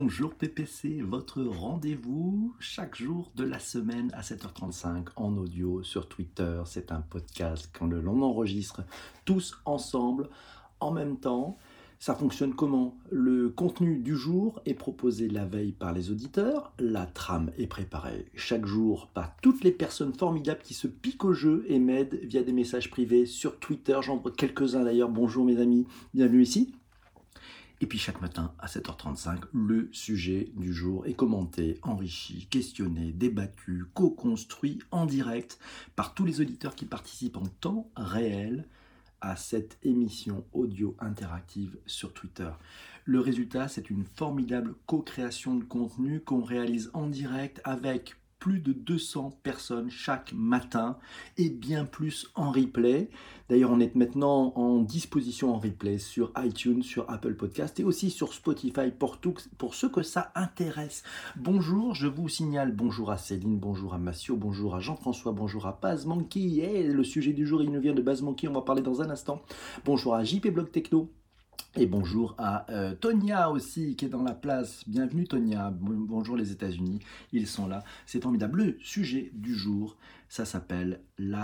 Bonjour PPC, votre rendez-vous chaque jour de la semaine à 7h35 en audio sur Twitter. C'est un podcast quand l'on enregistre tous ensemble en même temps. Ça fonctionne comment? Le contenu du jour est proposé la veille par les auditeurs, la trame est préparée chaque jour par toutes les personnes formidables qui se piquent au jeu et m'aident via des messages privés sur Twitter. J'en vois quelques-uns d'ailleurs. Bonjour mes amis, bienvenue ici. Et puis chaque matin à 7h35, le sujet du jour est commenté, enrichi, questionné, débattu, co-construit en direct par tous les auditeurs qui participent en temps réel à cette émission audio interactive sur Twitter. Le résultat, c'est une formidable co-création de contenu qu'on réalise en direct avec plus de 200 personnes chaque matin et bien plus en replay. D'ailleurs, on est maintenant en disposition en replay sur iTunes, sur Apple Podcast et aussi sur Spotify pour ceux que ça intéresse. Bonjour, je vous signale bonjour à Céline, bonjour à Massio, bonjour à Jean-François, bonjour à Baz Monkey. Et le sujet du jour, il nous vient de Baz Monkey, on va parler dans un instant. Bonjour à JP Blog Techno. Et bonjour à Tonia aussi qui est dans la place. Bienvenue Tonia. Bonjour les États-Unis. Ils sont là. C'est formidable. Le sujet du jour, ça s'appelle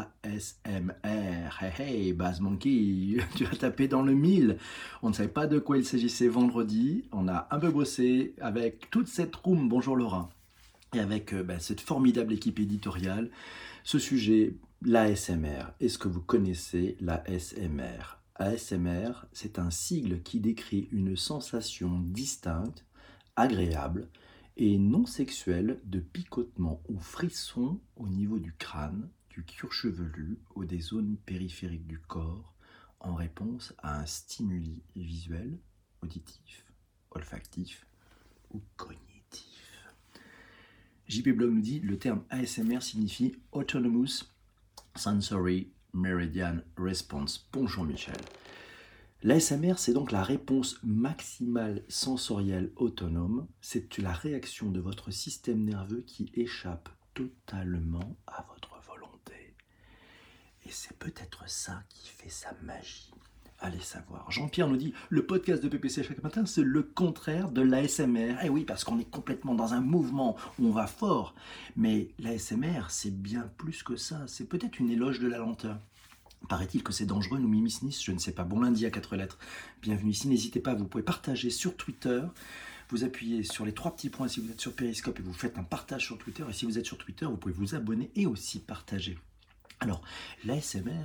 l'ASMR. Hey hey, Baz Monkey, tu as tapé dans le mille. On ne savait pas de quoi il s'agissait vendredi. On a un peu bossé avec toute cette room. Bonjour Laura. Et avec cette formidable équipe éditoriale. Ce sujet, l'ASMR. Est-ce que vous connaissez l'ASMR? ASMR, c'est un sigle qui décrit une sensation distincte, agréable et non sexuelle de picotement ou frisson au niveau du crâne, du cuir chevelu ou des zones périphériques du corps en réponse à un stimuli visuel, auditif, olfactif ou cognitif. JP Blog nous dit le terme ASMR signifie Autonomous Sensory Meridian Response. Bonjour Michel. L'ASMR, c'est donc la réponse maximale sensorielle autonome. C'est la réaction de votre système nerveux qui échappe totalement à votre volonté. Et c'est peut-être ça qui fait sa magie. Allez savoir. Jean-Pierre nous dit, le podcast de PPC chaque matin, c'est le contraire de l'ASMR. Eh oui, parce qu'on est complètement dans un mouvement où on va fort. Mais l'ASMR, c'est bien plus que ça. C'est peut-être une éloge de la lenteur. Paraît-il que c'est dangereux, nous Mimi Smith, je ne sais pas. Bon lundi à 4 lettres. Bienvenue ici, n'hésitez pas, vous pouvez partager sur Twitter. Vous appuyez sur les 3 petits points si vous êtes sur Periscope et vous faites un partage sur Twitter. Et si vous êtes sur Twitter, vous pouvez vous abonner et aussi partager. Alors, l'ASMR...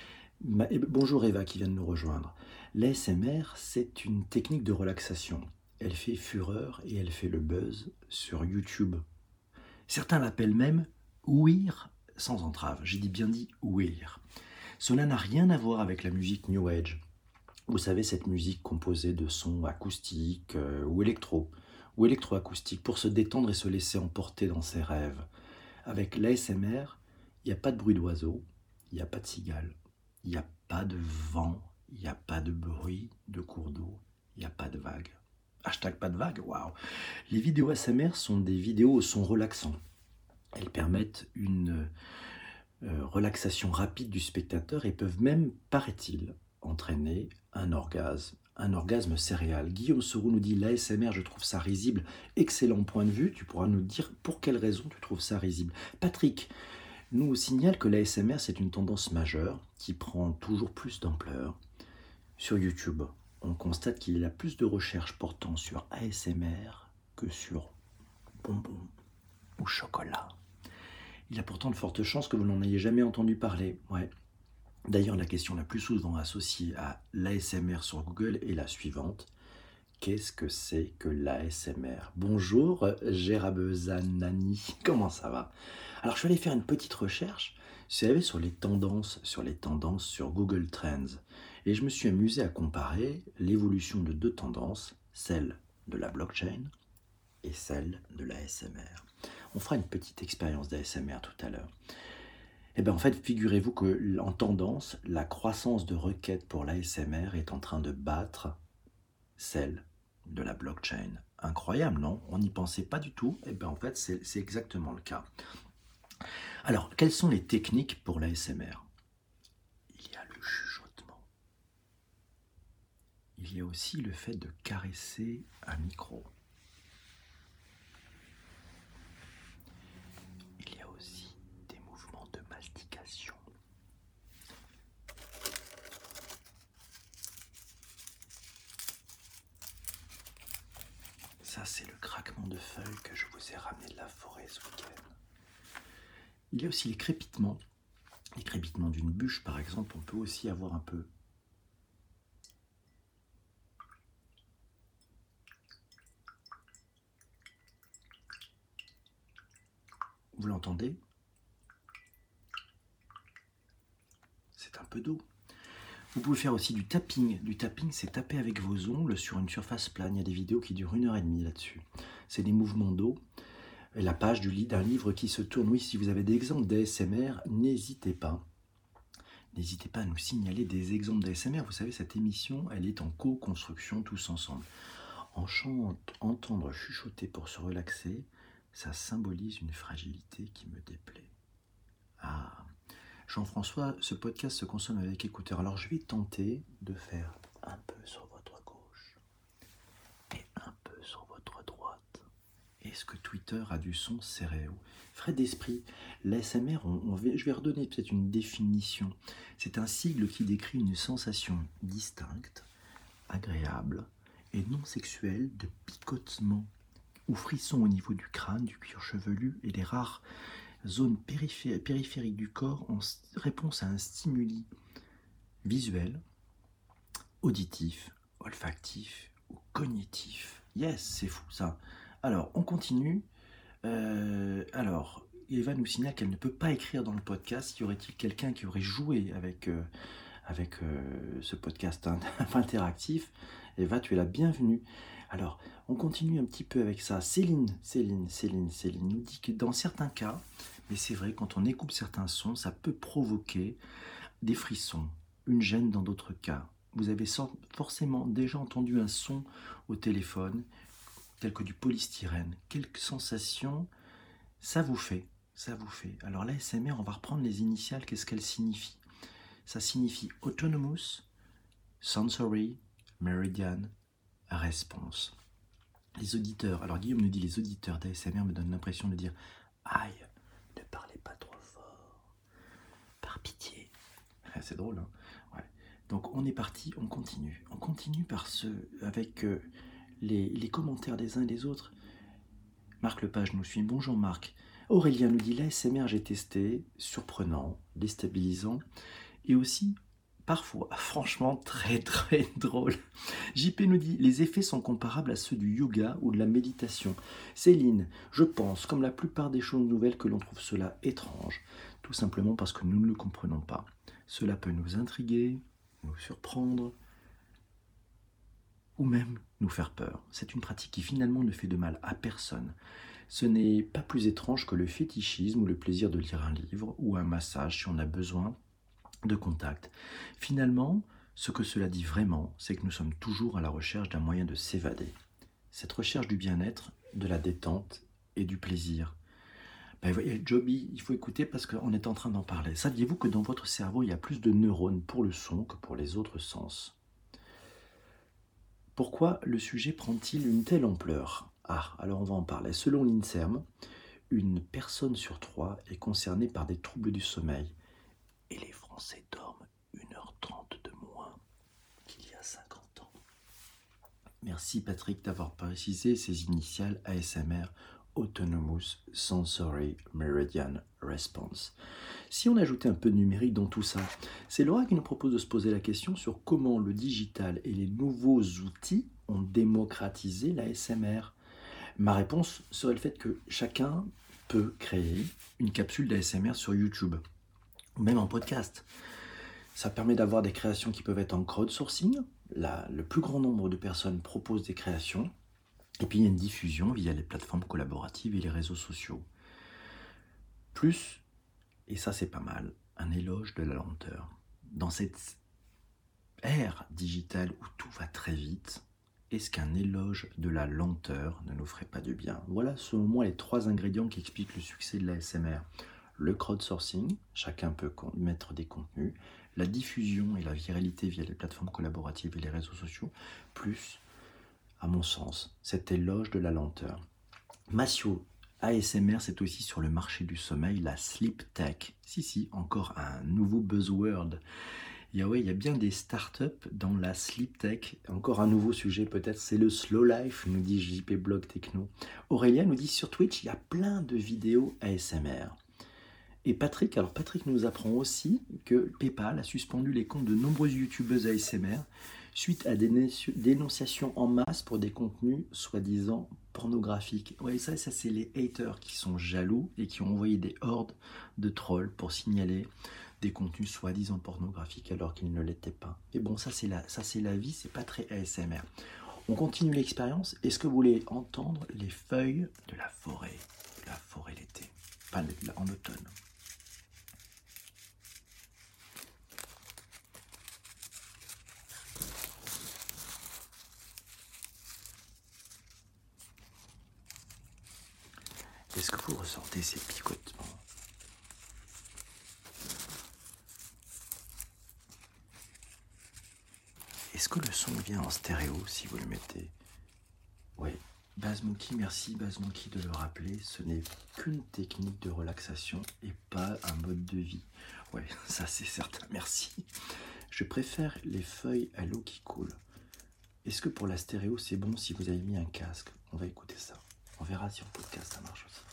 Bonjour Eva qui vient de nous rejoindre. L'ASMR, c'est une technique de relaxation. Elle fait fureur et elle fait le buzz sur YouTube. Certains l'appellent même ouïr sans entrave. J'ai bien dit ouïr. Cela n'a rien à voir avec la musique New Age. Vous savez, cette musique composée de sons acoustiques ou électroacoustiques pour se détendre et se laisser emporter dans ses rêves. Avec l'ASMR, il n'y a pas de bruit d'oiseau, il n'y a pas de cigale. Il n'y a pas de vent, il n'y a pas de bruit de cours d'eau, il n'y a pas de vague. Hashtag pas de vague, waouh. Les vidéos ASMR sont des vidéos au son relaxant. Elles permettent une relaxation rapide du spectateur et peuvent même, paraît-il, entraîner un orgasme céréal. Guillaume Soroux nous dit l'ASMR, je trouve ça risible. Excellent point de vue, tu pourras nous dire pour quelle raison tu trouves ça risible. Patrick nous signale que l'ASMR, c'est une tendance majeure qui prend toujours plus d'ampleur. Sur YouTube, on constate qu'il y a plus de recherches portant sur ASMR que sur bonbons ou chocolat. Il y a pourtant de fortes chances que vous n'en ayez jamais entendu parler. Ouais. D'ailleurs, la question la plus souvent associée à l'ASMR sur Google est la suivante. Qu'est-ce que c'est que l'ASMR? Bonjour Gérabezanani, comment ça va? Alors je suis allé faire une petite recherche, sur les tendances sur Google Trends. Et je me suis amusé à comparer l'évolution de 2 tendances, celle de la blockchain et celle de l'ASMR. On fera une petite expérience d'ASMR tout à l'heure. Et bien en fait, figurez-vous que en tendance, la croissance de requêtes pour l'ASMR est en train de battre celle de la blockchain. Incroyable, non? On n'y pensait pas du tout. Et bien en fait, c'est exactement le cas. Alors, quelles sont les techniques pour l'ASMR? Il y a le chuchotement. Il y a aussi le fait de caresser un micro. Ça, c'est le craquement de feuilles que je vous ai ramené de la forêt ce week-end. Il y a aussi les crépitements. Les crépitements d'une bûche, par exemple, on peut aussi avoir un peu. Vous l'entendez? C'est un peu d'eau. Vous pouvez faire aussi du tapping. Du tapping, c'est taper avec vos ongles sur une surface plane. Il y a des vidéos qui durent 1h30 là-dessus. C'est des mouvements d'eau. Et la page d'un livre qui se tourne. Oui, si vous avez des exemples d'ASMR, n'hésitez pas. N'hésitez pas à nous signaler des exemples d'ASMR. Vous savez, cette émission, elle est en co-construction tous ensemble. Entendre chuchoter pour se relaxer, ça symbolise une fragilité qui me déplaît. Ah, Jean-François, ce podcast se consomme avec écouteurs. Alors je vais tenter de faire un peu sur votre gauche et un peu sur votre droite. Est-ce que Twitter a du son stéréo? Frais d'esprit, l'ASMR, je vais redonner peut-être une définition. C'est un sigle qui décrit une sensation distincte, agréable et non sexuelle de picotement ou frisson au niveau du crâne, du cuir chevelu et des rares zones périphériques du corps en réponse à un stimuli visuel, auditif, olfactif ou cognitif. Yes, c'est fou ça. Alors, on continue. Eva nous signale qu'elle ne peut pas écrire dans le podcast. Y aurait-il quelqu'un qui aurait joué avec ce podcast interactif? Eva, tu es la bienvenue. Alors, on continue un petit peu avec ça. Céline nous dit que dans certains cas, mais c'est vrai, quand on écoute certains sons, ça peut provoquer des frissons, une gêne dans d'autres cas. Vous avez forcément déjà entendu un son au téléphone, tel que du polystyrène. Quelques sensations, ça vous fait. Alors l'ASMR, on va reprendre les initiales, qu'est-ce qu'elles signifient? Ça signifie Autonomous Sensory Meridian Response. Les auditeurs, alors Guillaume nous dit, les auditeurs d'ASMR me donnent l'impression de dire « Aïe, ne parlez pas trop fort, par pitié ». C'est drôle, hein? Ouais. Donc on est parti, on continue. On continue avec les commentaires des uns et des autres. Marc Lepage nous suit. Bonjour Marc. Aurélien nous dit l'ASMR j'ai testé, surprenant, déstabilisant et aussi parfois franchement très très drôle. JP nous dit les effets sont comparables à ceux du yoga ou de la méditation. Céline, je pense comme la plupart des choses nouvelles que l'on trouve cela étrange, tout simplement parce que nous ne le comprenons pas. Cela peut nous intriguer, nous surprendre ou même nous faire peur. C'est une pratique qui finalement ne fait de mal à personne. Ce n'est pas plus étrange que le fétichisme ou le plaisir de lire un livre ou un massage si on a besoin de contact. Finalement, ce que cela dit vraiment, c'est que nous sommes toujours à la recherche d'un moyen de s'évader. Cette recherche du bien-être, de la détente et du plaisir. Joby, il faut écouter parce qu'on est en train d'en parler. Saviez-vous que dans votre cerveau, il y a plus de neurones pour le son que pour les autres sens? Pourquoi le sujet prend-il une telle ampleur? Alors on va en parler. Selon l'INSERM, une personne sur 3 est concernée par des troubles du sommeil. Et les Français dorment 1h30 de moins qu'il y a 50 ans. Merci Patrick d'avoir précisé ces initiales ASMR, Autonomous Sensory Meridian Response. Si on ajoutait un peu de numérique dans tout ça, c'est Laura qui nous propose de se poser la question sur comment le digital et les nouveaux outils ont démocratisé l'ASMR. Ma réponse serait le fait que chacun peut créer une capsule d'ASMR sur YouTube, ou même en podcast. Ça permet d'avoir des créations qui peuvent être en crowdsourcing. Le plus grand nombre de personnes proposent des créations. Et puis il y a une diffusion via les plateformes collaboratives et les réseaux sociaux. Plus, et ça c'est pas mal, un éloge de la lenteur. Dans cette ère digitale où tout va très vite, est-ce qu'un éloge de la lenteur ne nous ferait pas du bien? Voilà selon moi les 3 ingrédients qui expliquent le succès de l'ASMR. Le crowdsourcing, chacun peut mettre des contenus, la diffusion et la viralité via les plateformes collaboratives et les réseaux sociaux, plus, à mon sens, cet éloge de la lenteur. Massio, ASMR, c'est aussi sur le marché du sommeil, la sleep tech. Si, encore un nouveau buzzword. Ouais, il y a bien des startups dans la sleep tech. Encore un nouveau sujet peut-être, c'est le slow life, nous dit JP Blog Techno. Aurélien nous dit sur Twitch, il y a plein de vidéos ASMR. Et Patrick nous apprend aussi que PayPal a suspendu les comptes de nombreuses youtubeuses ASMR suite à des dénonciations en masse pour des contenus soi-disant pornographiques. Ouais, ça c'est les haters qui sont jaloux et qui ont envoyé des hordes de trolls pour signaler des contenus soi-disant pornographiques alors qu'ils ne l'étaient pas. Et bon, ça c'est la vie, c'est pas très ASMR. On continue l'expérience. Est-ce que vous voulez entendre les feuilles de la forêt l'été, pas en automne? Est-ce que vous ressentez ces picotements? Est-ce que le son vient en stéréo si vous le mettez? Oui. BassMonkey, merci BassMonkey de le rappeler, ce n'est qu'une technique de relaxation et pas un mode de vie. Ouais, ça c'est certain, merci. Je préfère les feuilles à l'eau qui coule. Est-ce que pour la stéréo c'est bon si vous avez mis un casque? On va écouter ça. On verra si en podcast ça marche aussi.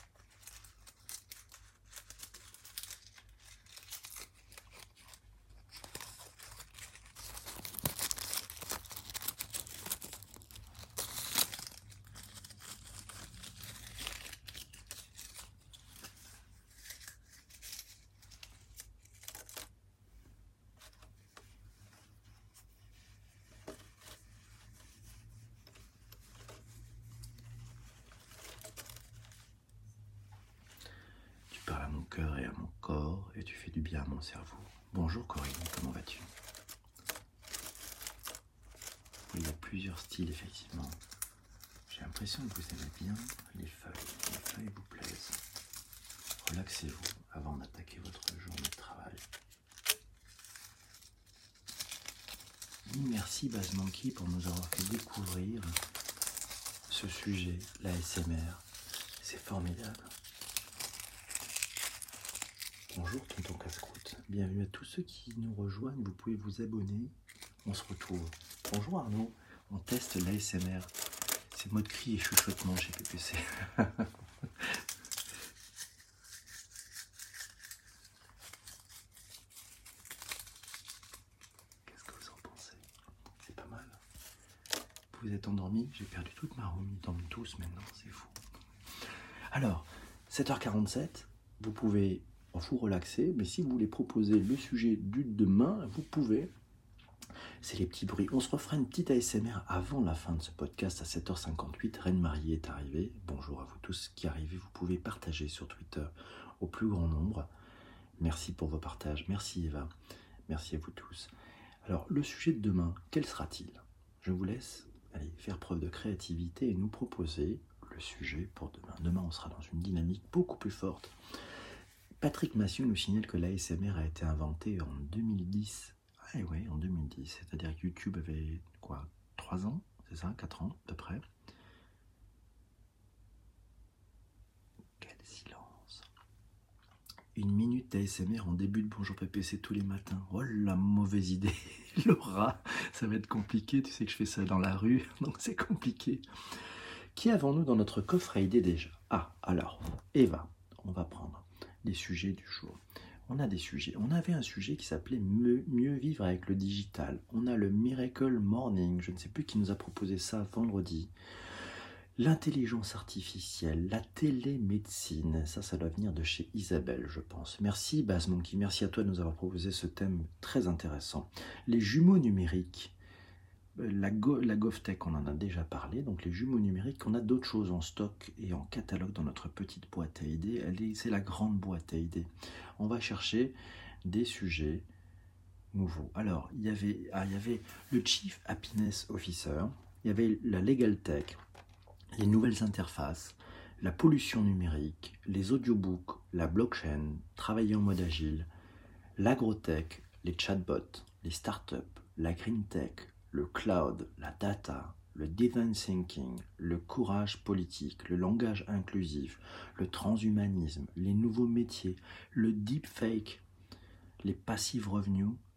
Parle à mon cœur et à mon corps et tu fais du bien à mon cerveau. Bonjour Corinne, comment vas-tu? Il y a plusieurs styles effectivement. J'ai l'impression que vous aimez bien les feuilles. Les feuilles vous plaisent. Relaxez-vous avant d'attaquer votre journée de travail. Merci BassMonkey pour nous avoir fait découvrir ce sujet, l'ASMR. C'est formidable. Bonjour Tonton Casse-Croûte, bienvenue à tous ceux qui nous rejoignent, vous pouvez vous abonner, on se retrouve. Bonjour Arnaud, on teste l'ASMR, c'est mode cri et chuchotement chez PPC. Qu'est-ce que vous en pensez? C'est pas mal. Vous êtes endormis? J'ai perdu toute ma room, ils dorment tous maintenant, c'est fou. Alors, 7h47, vous pouvez vous relaxer, mais si vous voulez proposer le sujet du demain, vous pouvez. C'est les petits bruits. On se refera une petite ASMR avant la fin de ce podcast à 7h58. Reine Marie est arrivée. Bonjour à vous tous qui arrivez. Vous pouvez partager sur Twitter au plus grand nombre. Merci pour vos partages. Merci Eva. Merci à vous tous. Alors, le sujet de demain, quel sera-t-il? Je vous laisse faire preuve de créativité et nous proposer le sujet pour demain. Demain, on sera dans une dynamique beaucoup plus forte. Patrick Massieu nous signale que l'ASMR a été inventé en 2010. Ah ouais, en 2010. C'est-à-dire que YouTube avait quoi, 3 ans? C'est ça, 4 ans à peu près. Quel silence. Une minute d'ASMR en début de Bonjour PPC tous les matins. Oh la mauvaise idée. Laura, ça va être compliqué. Tu sais que je fais ça dans la rue, donc c'est compliqué. Qui avons-nous dans notre coffre à idées déjà? Ah, alors, Eva, on va prendre les sujets du jour. On a des sujets. On avait un sujet qui s'appelait Mieux vivre avec le digital. On a le Miracle Morning. Je ne sais plus qui nous a proposé ça vendredi. L'intelligence artificielle, la télémédecine. Ça doit venir de chez Isabelle, je pense. Merci BassMonkey. Merci à toi de nous avoir proposé ce thème très intéressant. Les jumeaux numériques. La GovTech, on en a déjà parlé, donc les jumeaux numériques, on a d'autres choses en stock et en catalogue dans notre petite boîte à idées. C'est la grande boîte à idées. On va chercher des sujets nouveaux. Alors, il y avait le Chief Happiness Officer, il y avait la Legal Tech, les nouvelles interfaces, la pollution numérique, les audiobooks, la blockchain, travailler en mode agile, l'agrotech, les chatbots, les startups, la green tech, le cloud, la data, le design thinking, le courage politique, le langage inclusif, le transhumanisme, les nouveaux métiers, le deepfake, les passive revenus,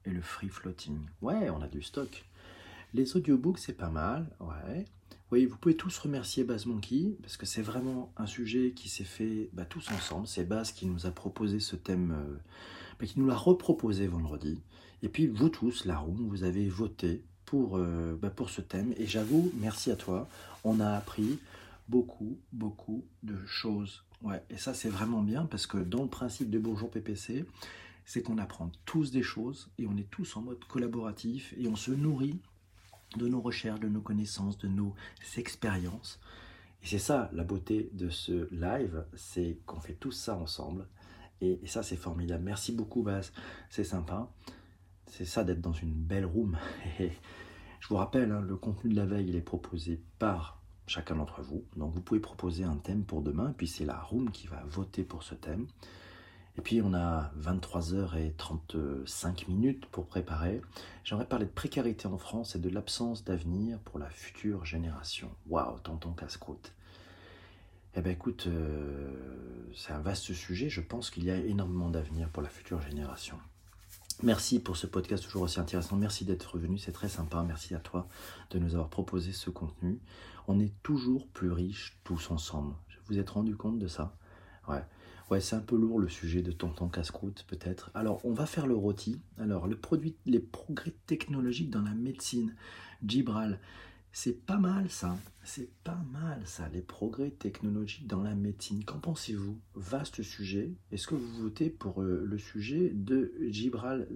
et le free floating. Ouais, on a du stock. Les audiobooks, c'est pas mal, ouais. Oui, vous pouvez tous remercier Baz Monkey, parce que c'est vraiment un sujet qui s'est fait tous ensemble. C'est Baz qui nous a proposé ce thème, qui nous l'a reproposé vendredi. Et puis vous tous, la room, vous avez voté pour ce thème. Et j'avoue, merci à toi, on a appris beaucoup de choses. Ouais, et ça c'est vraiment bien, parce que dans le principe de Bourgeon PPC, c'est qu'on apprend tous des choses, et on est tous en mode collaboratif, et on se nourrit de nos recherches, de nos connaissances, de nos expériences. Et c'est ça la beauté de ce live, c'est qu'on fait tout ça ensemble. Et ça, c'est formidable. Merci beaucoup, Baz. C'est sympa. C'est ça d'être dans une belle room. Et je vous rappelle, le contenu de la veille, il est proposé par chacun d'entre vous. Donc, vous pouvez proposer un thème pour demain. Puis, c'est la room qui va voter pour ce thème. Et puis, on a 23h35 pour préparer. J'aimerais parler de précarité en France et de l'absence d'avenir pour la future génération. Waouh, tonton casse-croûte. Eh bien, écoute, c'est un vaste sujet. Je pense qu'il y a énormément d'avenir pour la future génération. Merci pour ce podcast toujours aussi intéressant. Merci d'être venu, c'est très sympa. Merci à toi de nous avoir proposé ce contenu. On est toujours plus riches tous ensemble. Vous êtes rendu compte de ça? Ouais, c'est un peu lourd le sujet de tonton casse-croûte peut-être. Alors, on va faire le rôti. Alors, les progrès technologiques dans la médecine. Djibral, c'est pas mal ça. C'est pas mal ça, les progrès technologiques dans la médecine. Qu'en pensez-vous? Vaste sujet. Est-ce que vous votez pour le sujet de Djibral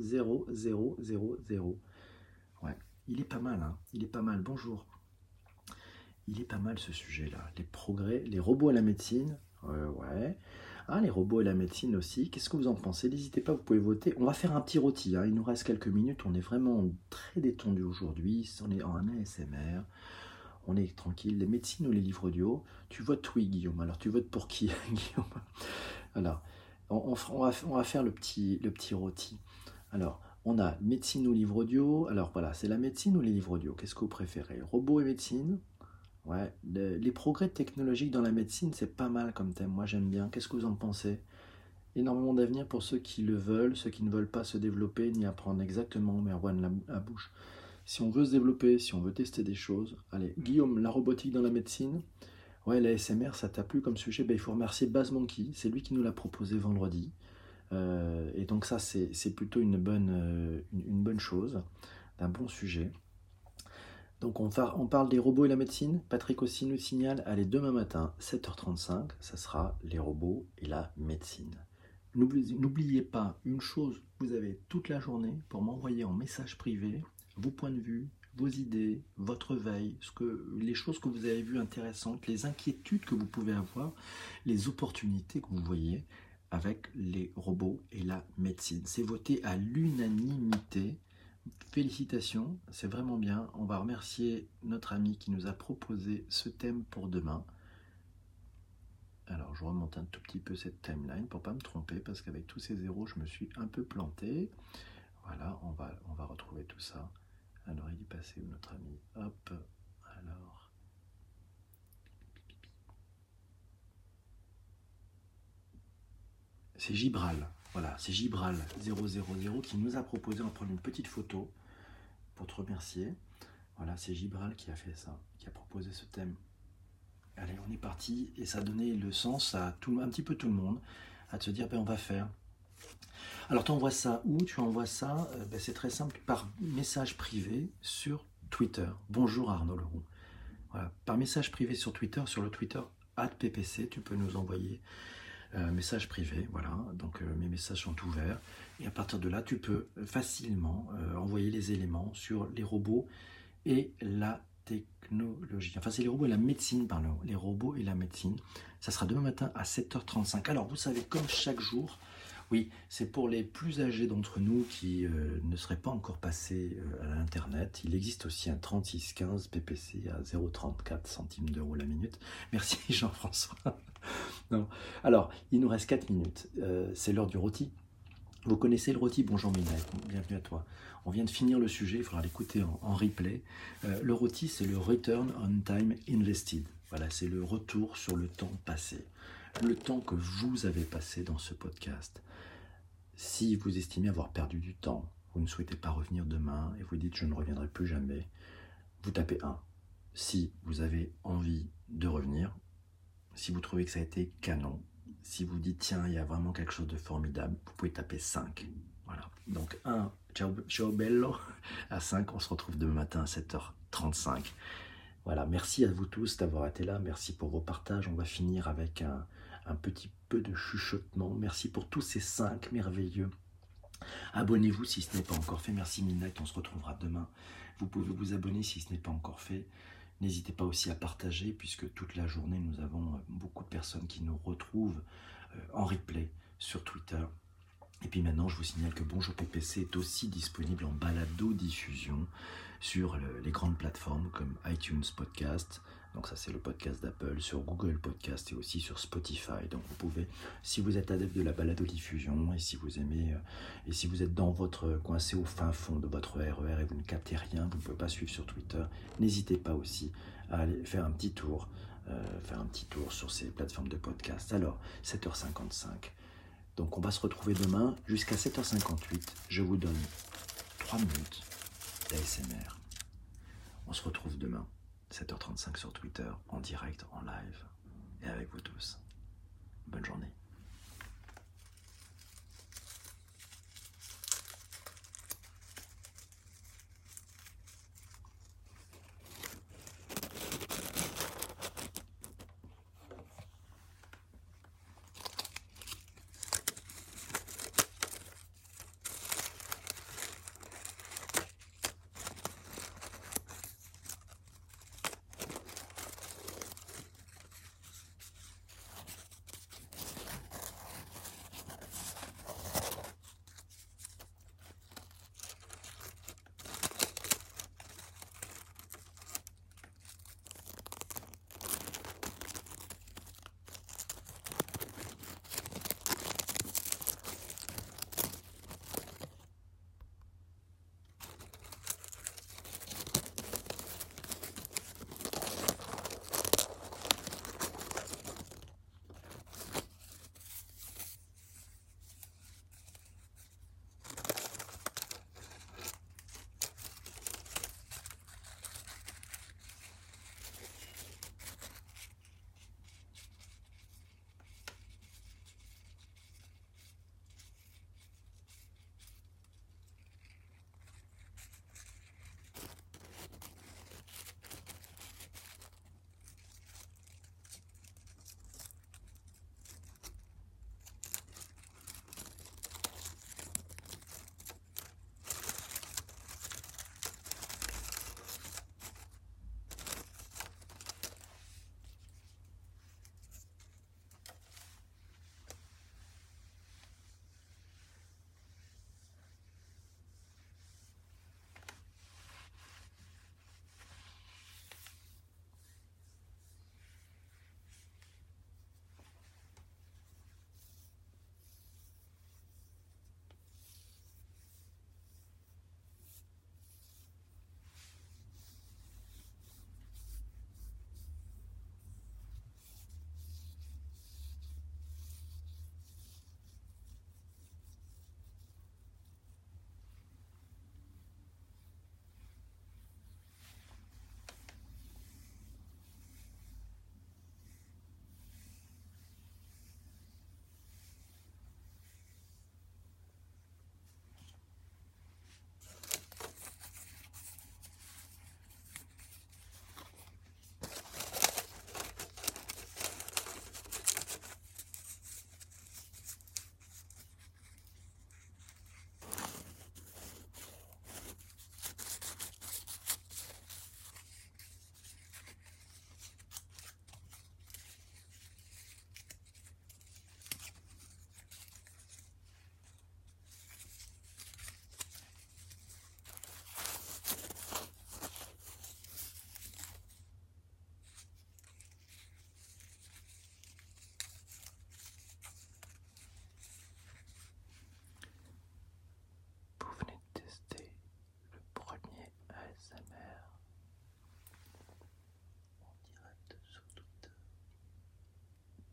0000? Ouais, il est pas mal, hein. Il est pas mal. Bonjour. Il est pas mal ce sujet-là. Les progrès, les robots à la médecine. Ouais. Ah, les robots et la médecine aussi. Qu'est-ce que vous en pensez? N'hésitez pas, vous pouvez voter. On va faire un petit rôti, hein. Il nous reste quelques minutes. On est vraiment très détendu aujourd'hui. On est en ASMR. On est tranquille. Les médecines ou les livres audio? Tu votes oui, Guillaume. Alors, tu votes pour qui, Guillaume? Alors, on va faire le petit rôti. Alors, on a médecine ou livre audio. Alors, voilà, c'est la médecine ou les livres audio? Qu'est-ce que vous préférez? Robots et médecine? Ouais, les progrès technologiques dans la médecine, c'est pas mal comme thème. Moi, j'aime bien. Qu'est-ce que vous en pensez? Énormément d'avenir pour ceux qui le veulent, ceux qui ne veulent pas se développer ni apprendre exactement, Merwan la bouche. Si on veut se développer, si on veut tester des choses, allez, Guillaume, la robotique dans la médecine. Ouais, la SMR, ça t'a plu comme sujet? Il faut remercier Baz Monkey, c'est lui qui nous l'a proposé vendredi. Et donc ça, c'est plutôt une bonne chose, un bon sujet. Donc on parle des robots et la médecine. Patrick aussi nous signale, allez, demain matin, 7h35, ça sera les robots et la médecine. N'oubliez pas une chose, vous avez toute la journée pour m'envoyer en message privé vos points de vue, vos idées, votre veille, les choses que vous avez vues intéressantes, les inquiétudes que vous pouvez avoir, les opportunités que vous voyez avec les robots et la médecine. C'est voté à l'unanimité. Félicitations, c'est vraiment bien. On va remercier notre ami qui nous a proposé ce thème pour demain. Alors, je remonte un tout petit peu cette timeline pour ne pas me tromper, parce qu'avec tous ces zéros, je me suis un peu planté. Voilà, on va retrouver tout ça. Alors, il est passé où notre ami? Hop, alors... C'est Gibral, voilà, c'est Gibral 000 qui nous a proposé, on va prendre une petite photo pour te remercier. Voilà, c'est Gibral qui a fait ça, qui a proposé ce thème. Allez, on est parti, et ça a donné le sens à un petit peu tout le monde, à te dire, on va faire. Alors, tu envoies ça où? Tu envoies ça, c'est très simple, par message privé sur Twitter. Bonjour Arnaud Leroux. Voilà, par message privé sur Twitter, sur le Twitter @ppc, tu peux nous envoyer message privé, voilà, donc mes messages sont ouverts, et à partir de là, tu peux facilement envoyer les éléments sur les robots et la technologie. Enfin, c'est les robots et la médecine, pardon. Les robots et la médecine. Ça sera demain matin à 7h35. Alors, vous savez, comme chaque jour, oui, c'est pour les plus âgés d'entre nous qui ne seraient pas encore passés à l'Internet. Il existe aussi un 3615 PPC à 0,34 centimes d'euros la minute. Merci Jean-François. Non. Alors, il nous reste 4 minutes. C'est l'heure du rôti. Vous connaissez le rôti? Bonjour Minaï, bienvenue à toi. On vient de finir le sujet, il faudra l'écouter en replay. Le rôti, c'est le Return on Time Invested. Voilà, c'est le retour sur le temps passé. Le temps que vous avez passé dans ce podcast. Si vous estimez avoir perdu du temps, vous ne souhaitez pas revenir demain et vous dites je ne reviendrai plus jamais, vous tapez 1. Si vous avez envie de revenir, si vous trouvez que ça a été canon, si vous dites tiens, il y a vraiment quelque chose de formidable, vous pouvez taper 5. Voilà. Donc 1, ciao, ciao bello. À 5, on se retrouve demain matin à 7h35. Voilà, merci à vous tous d'avoir été là. Merci pour vos partages. On va finir avec un petit peu de chuchotement. Merci pour tous ces 5 merveilleux. Abonnez-vous si ce n'est pas encore fait. Merci Minette, on se retrouvera demain. Vous pouvez vous abonner si ce n'est pas encore fait. N'hésitez pas aussi à partager puisque toute la journée nous avons beaucoup de personnes qui nous retrouvent en replay sur Twitter. Et puis maintenant, je vous signale que Bonjour PPC est aussi disponible en balado-diffusion sur les grandes plateformes comme iTunes Podcast. Donc ça, c'est le podcast d'Apple, sur Google Podcast et aussi sur Spotify. Donc vous pouvez, si vous êtes adepte de la balado-diffusion et si vous aimez, et si vous êtes dans votre coincé au fin fond de votre RER et vous ne captez rien, vous ne pouvez pas suivre sur Twitter, n'hésitez pas aussi à aller faire un petit tour sur ces plateformes de podcast. Alors, 7h55. Donc on va se retrouver demain jusqu'à 7h58. Je vous donne 3 minutes d'ASMR. On se retrouve demain, 7h35 sur Twitter, en direct, en live, et avec vous tous. Bonne journée.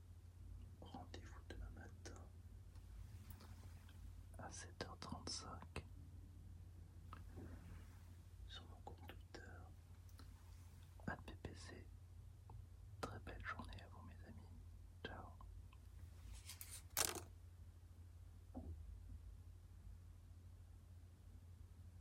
À 7h35.